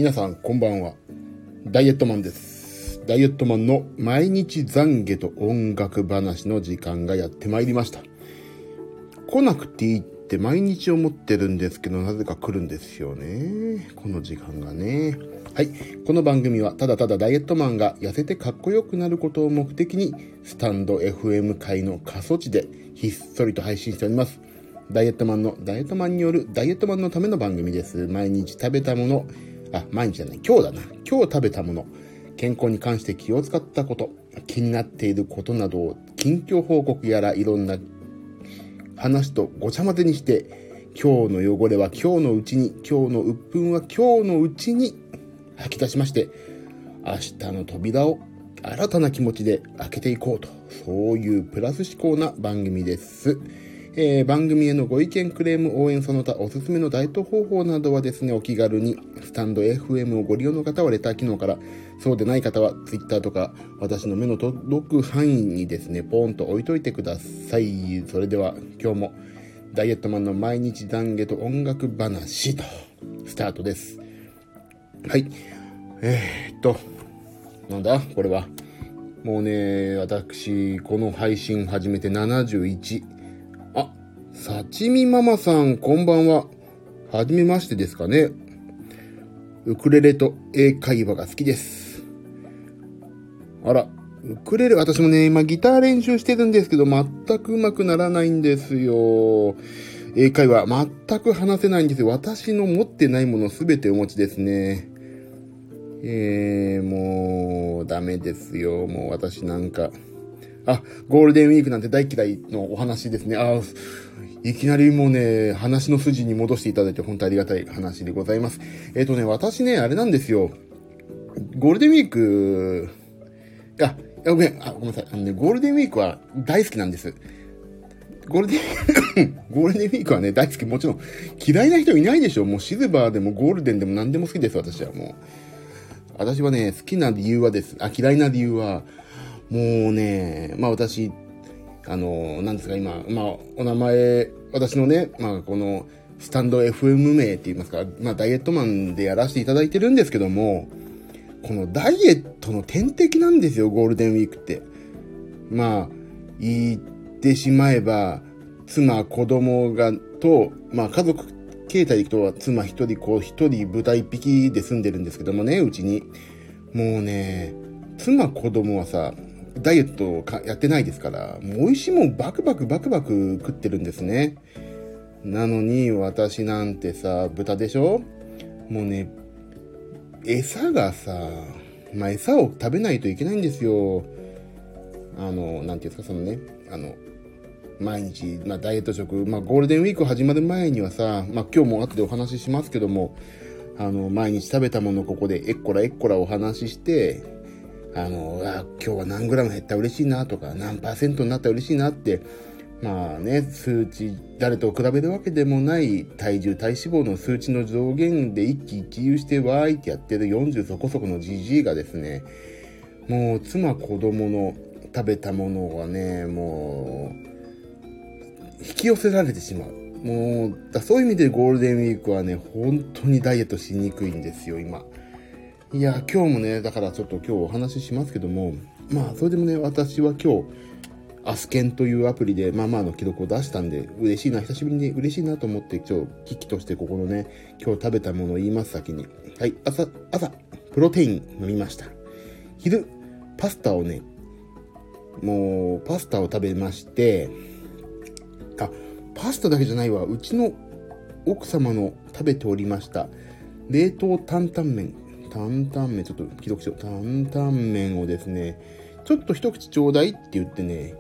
皆さんこんばんは。ダイエットマンです。ダイエットマンの毎日懺悔と音楽話の時間がやってまいりました。来なくていいって毎日思ってるんですけど、なぜか来るんですよね。この時間がね。はい。この番組はただただダイエットマンが痩せてかっこよくなることを目的に、スタンド FM 界の過疎地でひっそりと配信しております。ダイエットマンのダイエットマンによるダイエットマンのための番組です。毎日食べたもの、毎日じゃない、今日だな。今日食べたもの、健康に関して気を使ったこと、気になっていることなどを近況報告やらいろんな話とごちゃ混ぜにして、今日の汚れは今日のうちに、今日の鬱憤は今日のうちに吐き出しまして、明日の扉を新たな気持ちで開けていこうと、そういうプラス思考な番組です。番組へのご意見、クレーム、応援その他、おすすめのダイエット方法などはですね、お気軽にスタンド FM をご利用の方はレター機能から、そうでない方は Twitter とか私の目の届く範囲にですね、ポーンと置いといてください。それでは今日もダイエットマンの毎日懺悔と音楽話とスタートです。はい。なんだこれは。もうね、私、この配信始めて71。さちみママさん、こんばんは。はじめましてですかね。ウクレレと英会話が好きです。あら、ウクレレ、私もね、今ギター練習してるんですけど、全く上手くならないんですよ。英会話、全く話せないんですよ。私の持ってないものすべてお持ちですね。もう、ダメですよ。もう私なんか。ゴールデンウィークなんて大嫌いのお話ですね。いきなりもうね、話の筋に戻していただいて本当ありがたい話でございます。私ね、あれなんですよ。ゴールデンウィーク、ごめんなさい。ゴールデンウィークは大好きなんです。ゴールデンウィークはね、大好き。もちろん、嫌いな人いないでしょ。もうシルバーでもゴールデンでも何でも好きです、私はもう。私はね、好きな理由はです。嫌いな理由は、もうね、私、なんですか、今、お名前、私のね、この、スタンド FM 名って言いますか、ダイエットマンでやらせていただいてるんですけども、このダイエットの天敵なんですよ、ゴールデンウィークって。言ってしまえば、妻、子供と、家族形態でいくと、妻一人、子一人、豚一匹で住んでるんですけどもね、うちに。もうね、妻、子供はさ、ダイエットやってないですから、もう美味しいもんバクバク食ってるんですね。なのに私なんてさ、豚でしょ？もうね、餌がさ、餌を食べないといけないんですよ。なんていうんですか、そのね、毎日、ダイエット食、ゴールデンウィーク始まる前にはさ、今日も後でお話ししますけども、毎日食べたものここでえっこらお話しして、今日は何グラム減ったら嬉しいなとか、何%になったら嬉しいなって、数値、誰と比べるわけでもない体重、体脂肪の数値の上限で一喜一憂してわーいってやってる40そこそこのじじいがですね、もう妻子供の食べたものはね、もう、引き寄せられてしまう。もう、そういう意味でゴールデンウィークはね、本当にダイエットしにくいんですよ、今。いや、今日もね、だからちょっと今日お話ししますけども、それでもね、私は今日、アスケンというアプリで、の記録を出したんで、嬉しいな、久しぶりに嬉しいなと思って、危機としてここのね、今日食べたものを言います、先に。はい、朝、プロテイン飲みました。昼、パスタを食べまして、パスタだけじゃないわ、うちの奥様の食べておりました、冷凍担々麺、ちょっと記録しよう。担々麺をですね、ちょっと一口ちょうだいって言ってね、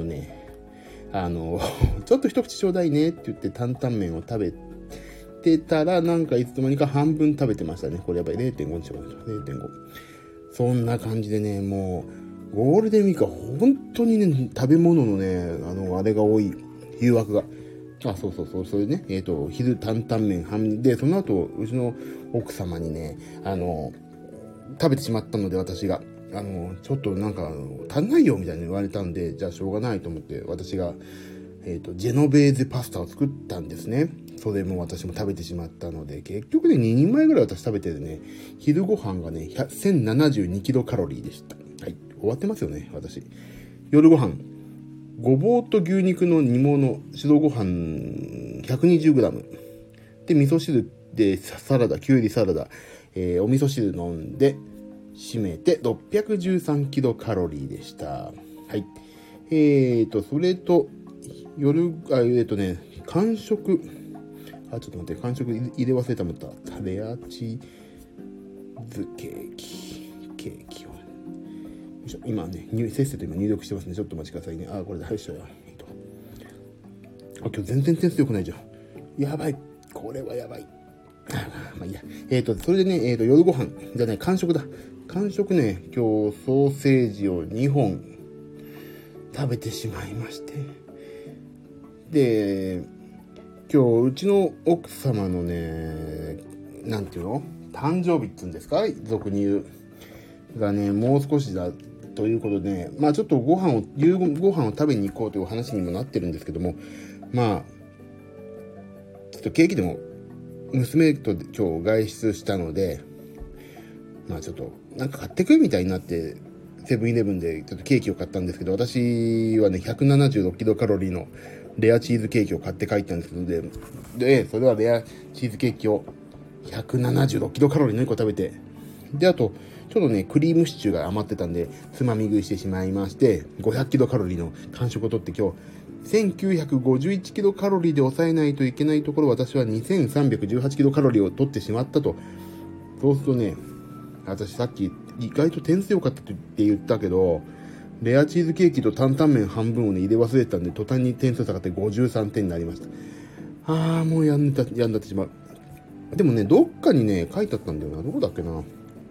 ちょっと一口ちょうだいねって言って担々麺を食べてたら、なんかいつの間にか半分食べてましたね。これやっぱり 0.5 にしよう。0.5。そんな感じでね、もう、ゴールデンウィークは本当にね、食べ物のね、あれが多い。誘惑が。それね、昼担々麺半で、その後、うちの奥様にね、食べてしまったので、私が、ちょっとなんか、足んないよ、みたいに言われたんで、じゃあしょうがないと思って、私が、ジェノベーゼパスタを作ったんですね。 それも私も食べてしまったので、結局ね、2人前ぐらい私食べててね、昼ご飯がね、1072キロカロリーでした。はい。終わってますよね、私。夜ご飯、ごぼうと牛肉の煮物、白ご飯 120g。で、味噌汁でサラダ、きゅうりサラダ、お味噌汁飲んで、締めて613キロカロリーでした。はい。それと、夜、間食。ちょっと待って、間食入れ忘れたもった。レアチーズケーキを。今ね、せっせと今入力してますね。ちょっとお待ちくださいね。これで、はい、しょよ。今日全然点数良くないじゃん。やばい。これはやばい。まあいいや。それでね、夜ご飯じゃない、間食だ。間食ね、今日ソーセージを2本食べてしまいまして。で、今日うちの奥様のね、なんていうの？誕生日って言うんですか？俗に言う。がね、もう少しだということで、まあちょっと夕ご飯を食べに行こうという話にもなってるんですけども、まあ、ちょっとケーキでも娘と今日外出したので、まあちょっとなんか買ってくみたいになってセブンイレブンでちょっとケーキを買ったんですけど、私はね176キロカロリーのレアチーズケーキを買って帰ったんですけど、でそれはレアチーズケーキを176キロカロリーの1個食べて、であとちょっとねクリームシチューが余ってたんでつまみ食いしてしまいまして、500キロカロリーの間食を取って今日1951キロカロリーで抑えないといけないところ、私は2318キロカロリーを取ってしまったと。そうするとね、私さっき意外と点数良かったって言ったけど、レアチーズケーキと担々麺半分をね入れ忘れてたんで、途端に点数下がって53点になりました。もうやんだってしまう。でもね、どっかにね書いてあったんだよな。どこだっけな。まあ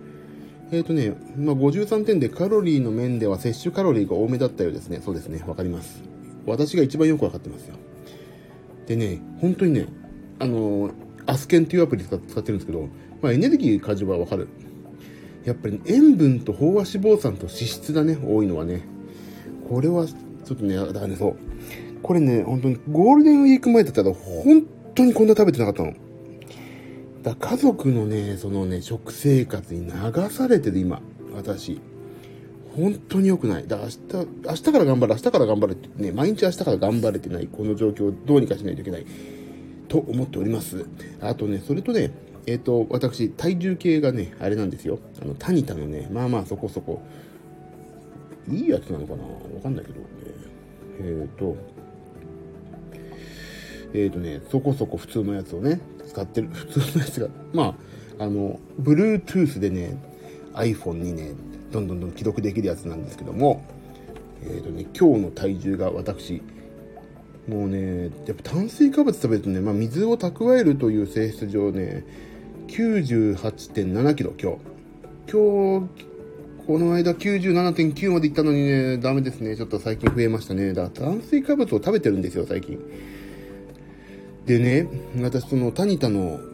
53点でカロリーの面では摂取カロリーが多めだったようですね。そうですね、わかります。私が一番よくわかってますよ。でね、本当にね、アスケンっていうアプリ使ってるんですけど、まあエネルギー過剰はわかる。やっぱり、塩分と飽和脂肪酸と脂質だね、多いのはね。これはちょっとね、だからね、そう。これね、本当にゴールデンウィーク前だったら本当にこんな食べてなかったの。だから家族のね、そのね、食生活に流されてる今、私。本当に良くない。だから明日から頑張るってね、毎日明日から頑張れてない、この状況をどうにかしないといけない、と思っております。あとね、それとね、私、体重計がね、あれなんですよ。タニタのね、まあまあそこそこ、いいやつなのかなわかんないけど、そこそこ普通のやつをね、使ってる、普通のやつが、まあ、Bluetooth でね、iPhone にね、どんどん記録できるやつなんですけども、今日の体重が私、もうね、やっぱ炭水化物食べるとね、まあ水を蓄えるという性質上ね、98.7 キロ今日、この間 97.9 までいったのにね、ダメですね。ちょっと最近増えましたね。だから炭水化物を食べてるんですよ、最近。でね、私そのタニタ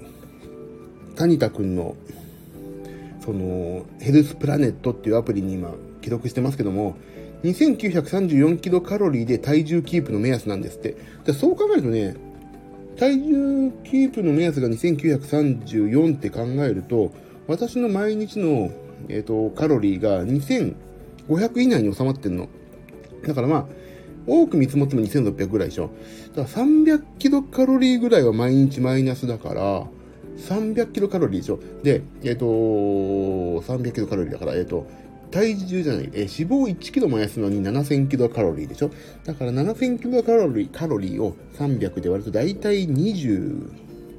くんのそのヘルスプラネットっていうアプリに今記録してますけども、2934キロカロリーで体重キープの目安なんですって。でそう考えるとね、体重キープの目安が2934って考えると、私の毎日の、カロリーが2500以内に収まってんの。だからまあ、多く見積もっても2600ぐらいでしょ。だから300キロカロリーぐらいは毎日マイナスだから、300キロカロリーでしょ。で、300キロカロリーだから、体重じゃない、脂肪1キロ燃やすのに7000キロカロリーでしょ。だから7000キロカロリーを300で割ると大体23？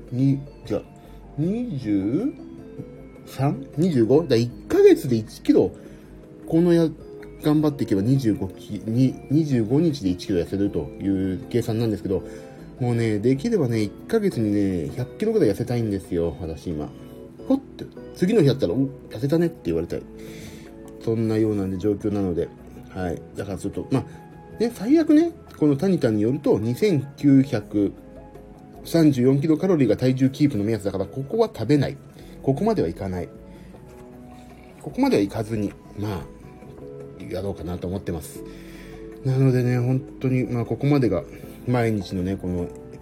25？ だ1ヶ月で1キロ、頑張っていけば25日で1キロ痩せるという計算なんですけど、もうね、できればね、1ヶ月にね、100キロぐらい痩せたいんですよ、私今。ほって、次の日やったら、痩せたねって言われたい。そんなような状況なので、はい。だからちょっと、まあ、ね、最悪ね、このタニタによると、2934キロカロリーが体重キープの目安だから、ここは食べない。ここまではいかない。ここまではいかずに、まあ、やろうかなと思ってます。なのでね、本当に、まあ、ここまでが、毎日のね、この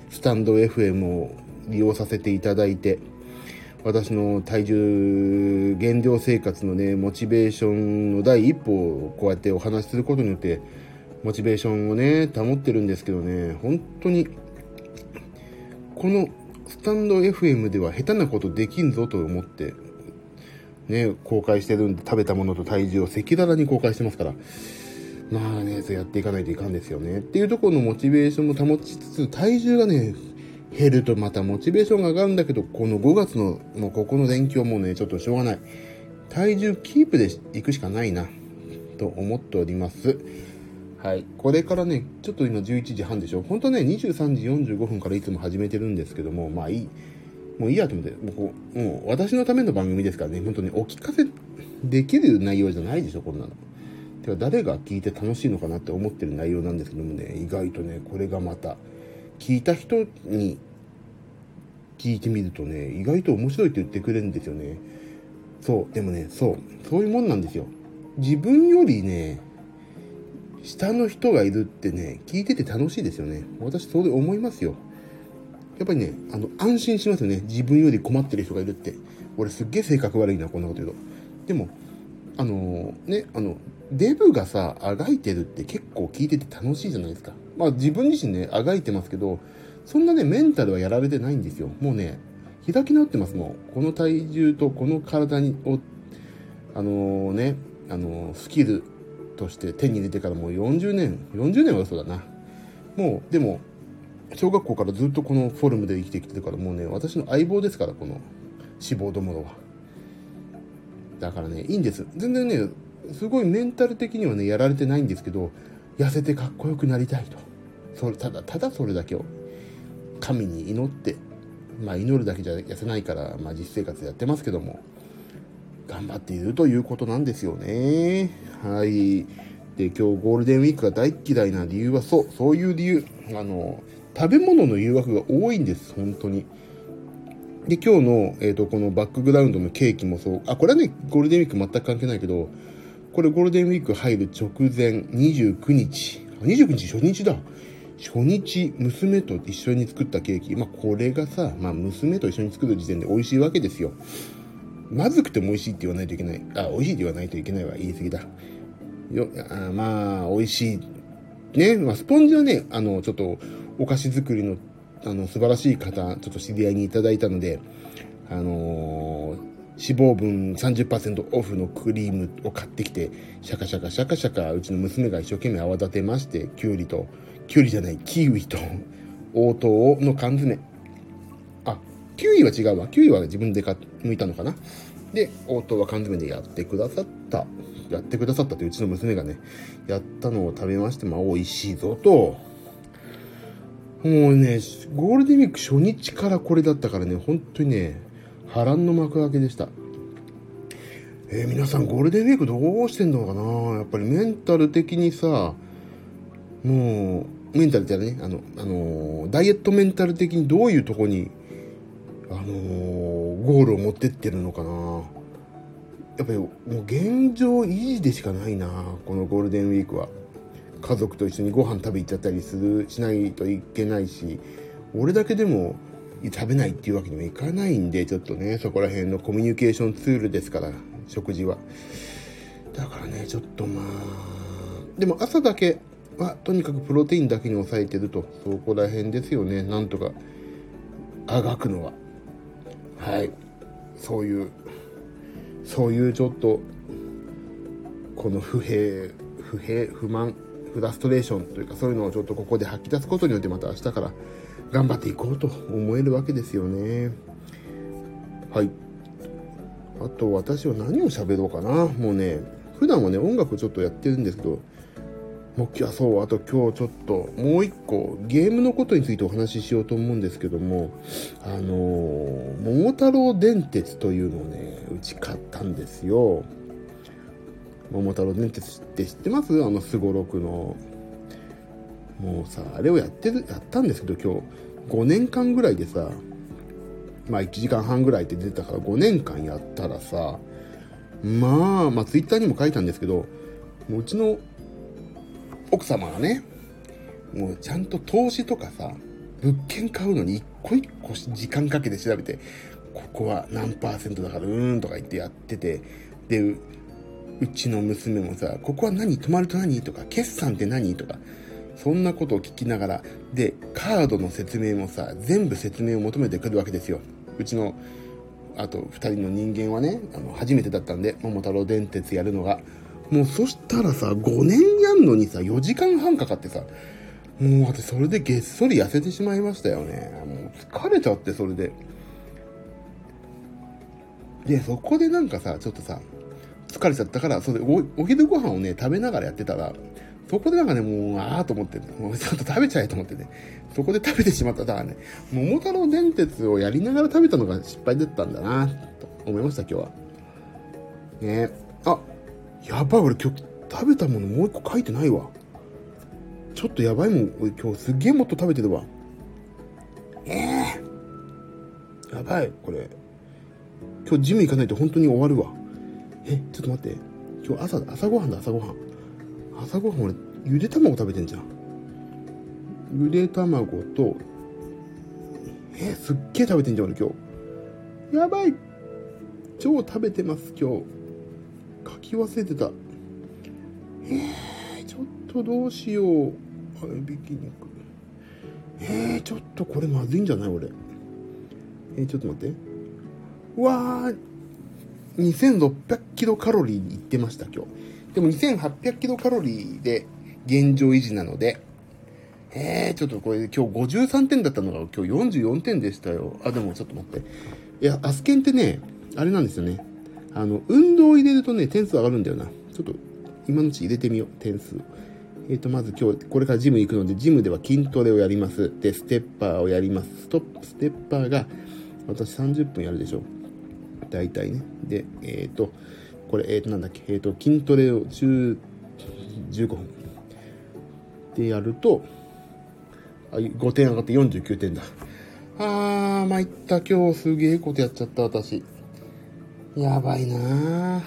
スタンド FM を利用させていただいて、私の体重減量生活のね、モチベーションの第一歩をこうやってお話しすることによって、モチベーションをね、保ってるんですけどね、本当に、このスタンド FM では下手なことできんぞと思って、ね、公開してるんで、食べたものと体重を赤裸々に公開してますから、まあね、そうやっていかないといかんですよね。っていうところのモチベーションも保ちつつ、体重がね、減るとまたモチベーションが上がるんだけど、この5月のもうここの連休はもうね、ちょっとしょうがない。体重キープで行くしかないな、と思っております。はい。これからね、ちょっと今11時半でしょ。本当ね、23時45分からいつも始めてるんですけども、まあいい。もういいやと思って、もう私のための番組ですからね、本当にお聞かせできる内容じゃないでしょ、こんなの。てか誰が聞いて楽しいのかなって思ってる内容なんですけどもね、意外とね、これがまた、聞いた人に聞いてみるとね、意外と面白いって言ってくれるんですよね。そう、でもね、そういうもんなんですよ。自分よりね、下の人がいるってね、聞いてて楽しいですよね。私そう思いますよ。やっぱりね、安心しますよね。自分より困ってる人がいるって。俺すっげえ性格悪いな、こんなこと言うと。でも、デブがさ、あがいてるって結構聞いてて楽しいじゃないですか。まあ自分自身ね、あがいてますけど、そんなね、メンタルはやられてないんですよ。もうね、開き直ってますもん。この体重とこの体を、スキルとして手に入れてからもう40年は嘘だな。もう、でも、小学校からずっとこのフォルムで生きてきてるから、もうね、私の相棒ですから、この脂肪どもろは。だからね、いいんです。全然ね、すごいメンタル的にはね、やられてないんですけど、痩せてかっこよくなりたいと。ただそれだけを神に祈って、まあ祈るだけじゃ痩せないから、まあ実生活やってますけども、頑張っているということなんですよね。はい。で、今日ゴールデンウィークが大嫌いな理由はそういう理由。食べ物の誘惑が多いんです、本当に。で、今日の、このバックグラウンドのケーキもそう。これはね、ゴールデンウィーク全く関係ないけど、これゴールデンウィーク入る直前、29日。29日初日だ。初日、娘と一緒に作ったケーキ。まあ、これがさ、まあ、娘と一緒に作る時点で美味しいわけですよ。まずくても美味しいって言わないといけない。美味しいって言わないといけないは言い過ぎだ。まあ、美味しい。ね、まあ、スポンジはね、ちょっと、お菓子作りの、素晴らしい方、ちょっと知り合いにいただいたので、脂肪分 30% オフのクリームを買ってきて、シャカシャカシャカシャカ、うちの娘が一生懸命泡立てまして、キウイと黄桃の缶詰。キウイは違うわ。キウイは自分で剥いたのかな。で、黄桃は缶詰でやってくださったってうちの娘がね、やったのを食べまして、まあ美味しいぞと。もうね、ゴールデンウィーク初日からこれだったからね、本当にね、波乱の幕開けでした。皆さんゴールデンウィークどうしてんのかな。やっぱりメンタル的にさ、もう、メンタルってね、ダイエットメンタル的にどういうとこに、ゴールを持ってってるのかな。やっぱりもう現状維持でしかないな、このゴールデンウィークは。家族と一緒にご飯食べ行っちゃったりしないといけないし、俺だけでも食べないっていうわけにはいかないんで、ちょっとね、そこら辺のコミュニケーションツールですから、食事は。だからね、ちょっとまあ、でも朝だけはとにかくプロテインだけに抑えてると、そこら辺ですよね、なんとかあがくのは。はい、そういうちょっとこの不満、フラストレーションというか、そういうのをちょっとここで吐き出すことによって、また明日から頑張っていこうと思えるわけですよね。はい。あと私は何を喋ろうかな。もうね、普段はね、音楽ちょっとやってるんですけど、あと今日ちょっともう一個ゲームのことについてお話ししようと思うんですけども、桃太郎電鉄というのをね、うち買ったんですよ。桃太郎電鉄って知ってます？スゴロクの。もうさ、あれをやったんですけど、今日5年間ぐらいでさ、まあ1時間半ぐらいって出たから5年間やったらさ、まあツイッターにも書いたんですけど、もううちの奥様がね、もうちゃんと投資とかさ、 物件買うのに一個一個時間かけて調べて、ここは何%だからとか言ってやってて、で、うちの娘もさ、ここは何、泊まると何とか、決算って何とか、そんなことを聞きながら、で、カードの説明もさ、全部説明を求めてくるわけですよ。うちの、あと2人の人間はね、初めてだったんで、桃太郎電鉄やるのが。もうそしたらさ、5年やんのにさ、4時間半かかってさ、もう私それでげっそり痩せてしまいましたよね。もう疲れちゃって、それで。で、そこでなんかさ、ちょっとさ、疲れちゃったから、それでお昼ご飯をね、食べながらやってたら、そこでなんかね、もう、と思って、もうちょっと食べちゃえと思ってね、そこで食べてしまった。だからね、桃太郎電鉄をやりながら食べたのが失敗だったんだな、と思いました、今日は。ねやばい、俺今日食べたものもう一個書いてないわ。ちょっとやばいもん、俺今日すっげえもっと食べてるわ。やばい、これ。今日ジム行かないと本当に終わるわ。ちょっと待って。今日朝ごはんだ、朝ごはん。朝ごはん俺、ゆで卵食べてんじゃん。ゆで卵と、すっげえ食べてんじゃん、俺今日。やばい。超食べてます、今日。書き忘れてた。ちょっとどうしよう。合いびき肉。ちょっとこれまずいんじゃない俺。ちょっと待って。うわー、2600キロカロリーにいってました、今日。でも2800キロカロリーで現状維持なので、ちょっとこれ今日53点だったのが今日44点でしたよ。でもちょっと待って。いや、アスケンってね、あれなんですよね。運動を入れるとね、点数上がるんだよな。ちょっと、今のうち入れてみよう、点数。まず今日、これからジム行くので、ジムでは筋トレをやります。で、ステッパーをやります。ステッパーが、私30分やるでしょ。大体ね。で、これ、なんだっけ、筋トレを15分。でやると、5点上がって49点だ。参った。今日すげえことやっちゃった、私。やばいな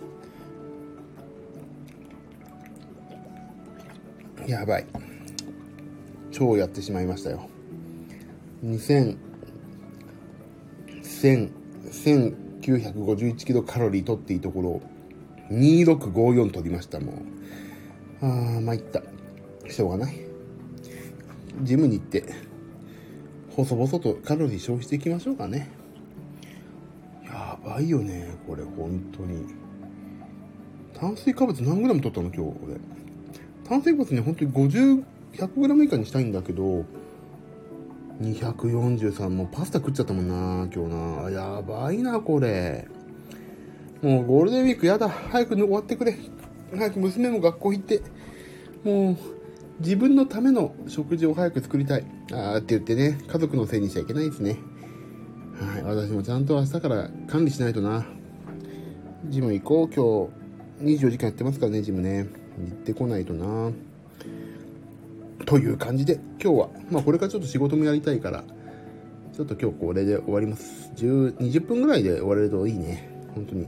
ぁ。やばい。超やってしまいましたよ。1951キロカロリー取っていいところを2654取りました。もう参った。しょうがない。ジムに行って細々とカロリー消費していきましょうかね。やばいよね、これ本当に。炭水化物何グラム取ったの今日俺。炭水化物ね、本当に100グラム以下にしたいんだけど、243もパスタ食っちゃったもんな今日な。やばいなこれ。もうゴールデンウィークやだ。早く終わってくれ。早く娘も学校行って、もう自分のための食事を早く作りたい。って言ってね、家族のせいにしちゃいけないですね。はい、私もちゃんと明日から管理しないとな。ジム行こう。今日24時間やってますからね、ジムね。行ってこないとな。という感じで、今日は、これからちょっと仕事もやりたいから、ちょっと今日これで終わります。20分ぐらいで終われるといいね。本当に。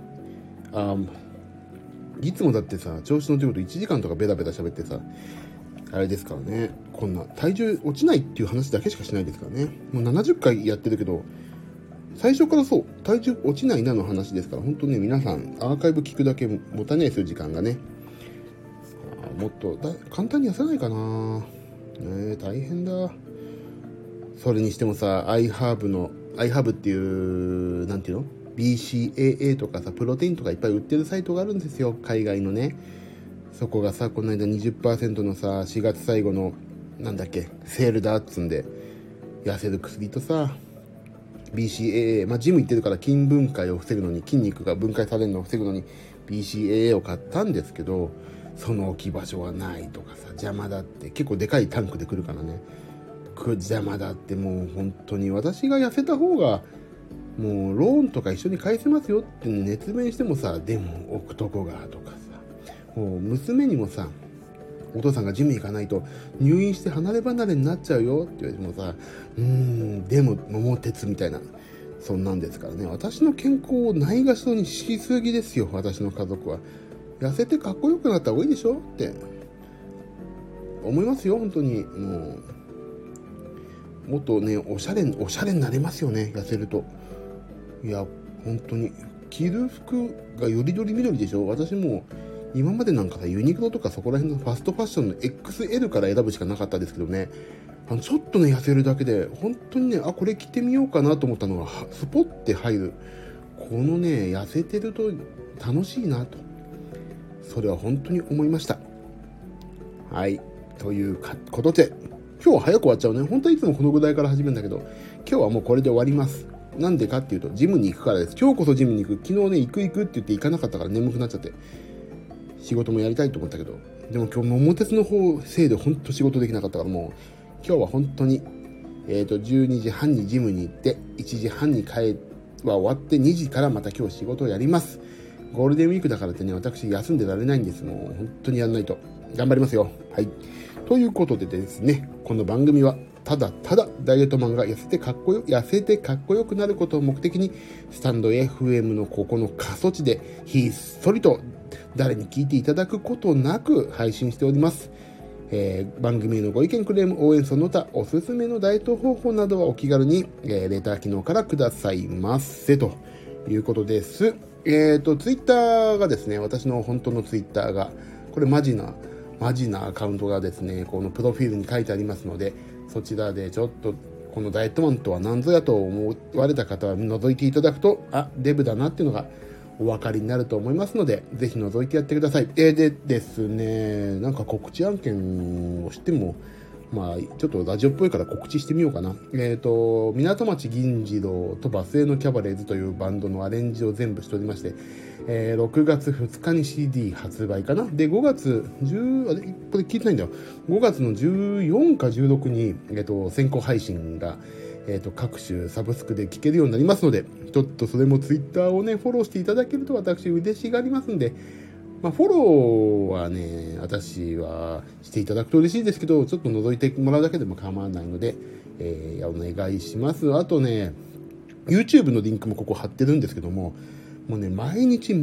いつもだってさ、調子乗ってること1時間とかベタベタ喋ってさ、あれですからね。こんな体重落ちないっていう話だけしかしないですからね。もう70回やってるけど、最初からそう、体重落ちないなの話ですから、本当ね、皆さんアーカイブ聞くだけもたねえする時間がね、もっと簡単に痩せないかな。大変だ。それにしてもさ、iHerb っていう、なんていうの BCAA とかさ、プロテインとかいっぱい売ってるサイトがあるんですよ、海外のね。そこがさ、この間 20% のさ、4月最後のなんだっけセールだっつんで、痩せる薬とさ BCAA、ジム行ってるから筋分解を防ぐのに、筋肉が分解されるのを防ぐのに BCAA を買ったんですけど、その置き場所がないとかさ、邪魔だって、結構でかいタンクで来るからね、邪魔だって、もう本当に私が痩せた方がもうローンとか一緒に返せますよって熱弁してもさ、でも置くとこがとかさ、もう娘にもさ、お父さんがジム行かないと入院して離れ離れになっちゃうよって言われてもさ、でも桃鉄みたいな、そんなんですからね。私の健康をないがしろにしすぎですよ。私の家族は痩せてかっこよくなった方がいいでしょって思いますよ、本当に。もうもっとね、おしゃれになれますよね、痩せると。いや、本当に。着る服がよりどりみどりでしょ。私も今までなんかさ、ユニクロとかそこら辺のファストファッションの XL から選ぶしかなかったですけどね、ちょっとね、痩せるだけで、本当にね、これ着てみようかなと思ったのが、スポッて入る。このね、痩せてると楽しいなと。それは本当に思いました。はい。ということで、今日は早く終わっちゃうね。本当はいつもこのぐらいから始めるんだけど、今日はもうこれで終わります。なんでかっていうと、ジムに行くからです。今日こそジムに行く。昨日ね、行くって言って行かなかったから眠くなっちゃって。仕事もやりたいと思ったけど、でも今日桃鉄のせいで本当仕事できなかったから、もう今日は本当に12時半にジムに行って1時半に終わって2時からまた今日仕事をやります。ゴールデンウィークだからってね、私休んでられないんです。もう本当にやらないと。頑張りますよ。はい。ということでですね、この番組はただただダイエットマンが痩せてかっこよくなることを目的に、スタンド FM のここの過疎地でひっそりと誰に聞いていただくことなく配信しております。番組へのご意見、クレーム、応援その他おすすめのダイエット方法などはお気軽に、レター機能からくださいませということです。ツイッターがですね、私の本当のツイッターが、これマジなアカウントがですね、このプロフィールに書いてありますので、そちらでちょっとこのダイエットマンとは何ぞやと思われた方は覗いていただくと、デブだなっていうのがお分かりになると思いますので、ぜひ覗いてやってください。でですね、なんか告知案件をしても、ちょっとラジオっぽいから告知してみようかな。港町銀次郎とバスへのキャバレーズというバンドのアレンジを全部しておりまして、6月2日に CD 発売かな。で、5月10、これ聞いてないんだよ。5月の14か16に、先行配信が、各種サブスクで聞けるようになりますので、ちょっとそれもツイッターをね、フォローしていただけると私嬉しがりますんで、フォローはね、私はしていただくと嬉しいですけど、ちょっと覗いてもらうだけでも構わないので、お願いします。あとね、YouTube のリンクもここ貼ってるんですけども、もうね、毎日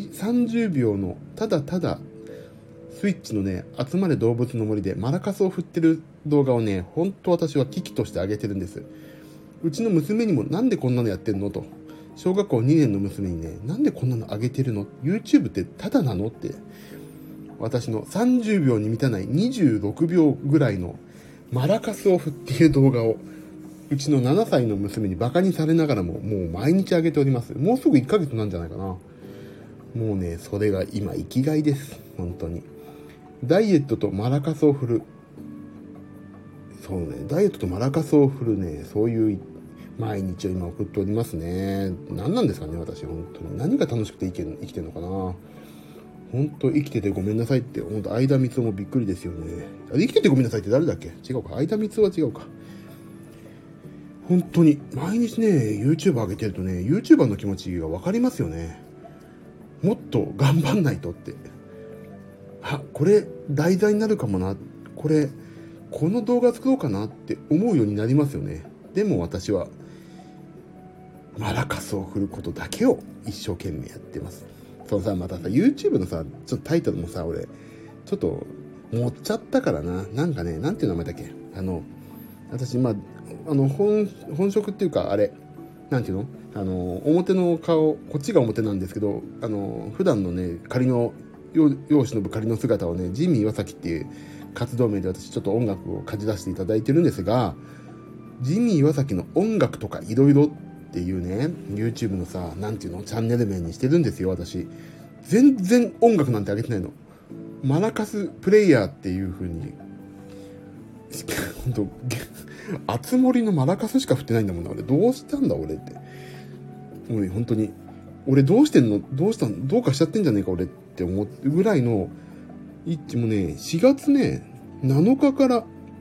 30秒のただただスイッチのね、集まれ動物の森でマラカスを振ってる動画をね、本当私は機器として上げてるんです。うちの娘にも、なんでこんなのやってんのと、小学校2年の娘にね、なんでこんなの上げてるの？ YouTube ってただなのって、私の30秒に満たない26秒ぐらいのマラカスを振っている動画を、うちの7歳の娘にバカにされながらも、もう毎日上げております。もうすぐ1ヶ月なんじゃないかな。もうね、それが今生きがいです。本当に。ダイエットとマラカスを振る。そうね、ダイエットとマラカスを振るね、そういう毎日を今送っておりますね。何なんですかね、私、本当に。何が楽しくて生きてるのかな。本当、生きててごめんなさいって、本当、相田光夫もびっくりですよね。生きててごめんなさいって誰だっけ？違うか。相田光夫は違うか。本当に、毎日ね、YouTube 上げてるとね、YouTuber の気持ちが分かりますよね。もっと頑張んないとって。これ、題材になるかもな。この動画作ろうかなって思うようになりますよね。でも私は、マラカスを振ることだけを一生懸命やってます。そのさ、またさ、YouTube のさ、ちょっとタイトルもさ、俺、ちょっと、持っちゃったからな。なんかね、なんていう名前だっけ？私、本職っていうか、あれ、なんていうの？表の顔、こっちが表なんですけど、普段のね、世を忍ぶ仮の姿をね、ジミー岩崎っていう活動名で私ちょっと音楽をかじ出していただいてるんですが、ジミー岩崎の音楽とかいろいろっていうね、YouTube のさ、なんていうの、チャンネル名にしてるんですよ、私。全然音楽なんて上げてないの。マラカスプレイヤーっていう風に、本当あつ森のマラカスしか振ってないんだもんな、俺。どうしたんだ、俺って。俺、本当に、俺どうしてんの？どうかしちゃってんじゃねえか、俺って思うぐらいの、もうね、4月ね、7日から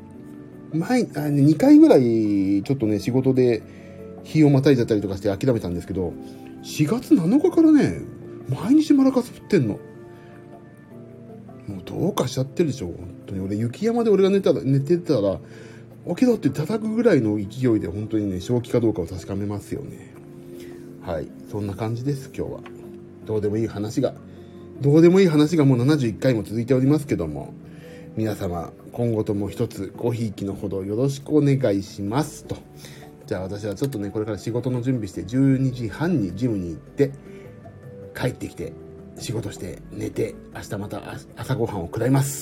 、2回ぐらい、ちょっとね、仕事で日をまたいじゃったりとかして諦めたんですけど、4月7日からね、毎日マラカス振ってんの。もうどうかしちゃってるでしょ、本当に。雪山で俺が寝てたら、起きろって叩くぐらいの勢いで本当にね、正気かどうかを確かめますよね。はい。そんな感じです、今日は。どうでもいい話がもう71回も続いておりますけども、 皆様今後とも一つごひいきのほどよろしくお願いしますと。じゃあ私はちょっとね、これから仕事の準備して12時半にジムに行って帰ってきて仕事して寝て、明日また朝ごはんを食らいます。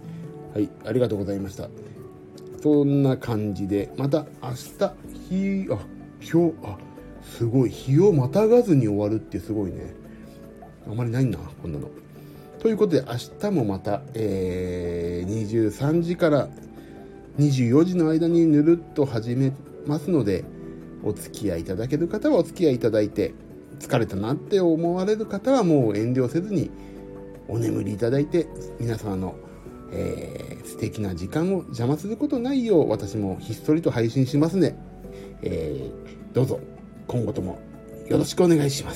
はい、ありがとうございました。そんな感じでまた明日すごい、日をまたがずに終わるってすごいね。あまりないなこんなの。ということで明日もまた、23時から24時の間にぬるっと始めますので、お付き合いいただける方はお付き合いいただいて、疲れたなって思われる方はもう遠慮せずにお眠りいただいて、皆様の、素敵な時間を邪魔することないよう私もひっそりと配信しますね。どうぞ今後ともよろしくお願いします。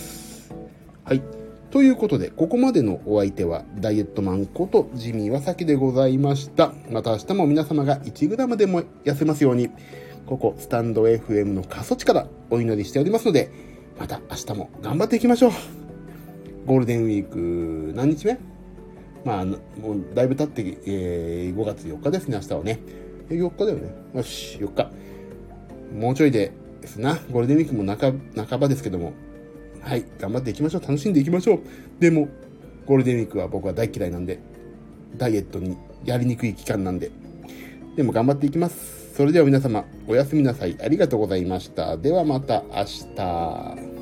はい、ということでここまでのお相手はダイエットマンことジミーわさきでございました。また明日も皆様が 1g でも痩せますように、ここスタンド FM の過疎地からお祈りしておりますので、また明日も頑張っていきましょう。ゴールデンウィーク何日目？もうだいぶ経って、5月4日ですね。明日はね4日だよね。よし、4日もうちょいですな。ゴールデンウィークも半ばですけども、はい、頑張っていきましょう。楽しんでいきましょう。でもゴールデンウィークは僕は大嫌いなんで、ダイエットにやりにくい期間なんで、でも頑張っていきます。それでは皆様おやすみなさい。ありがとうございました。ではまた明日。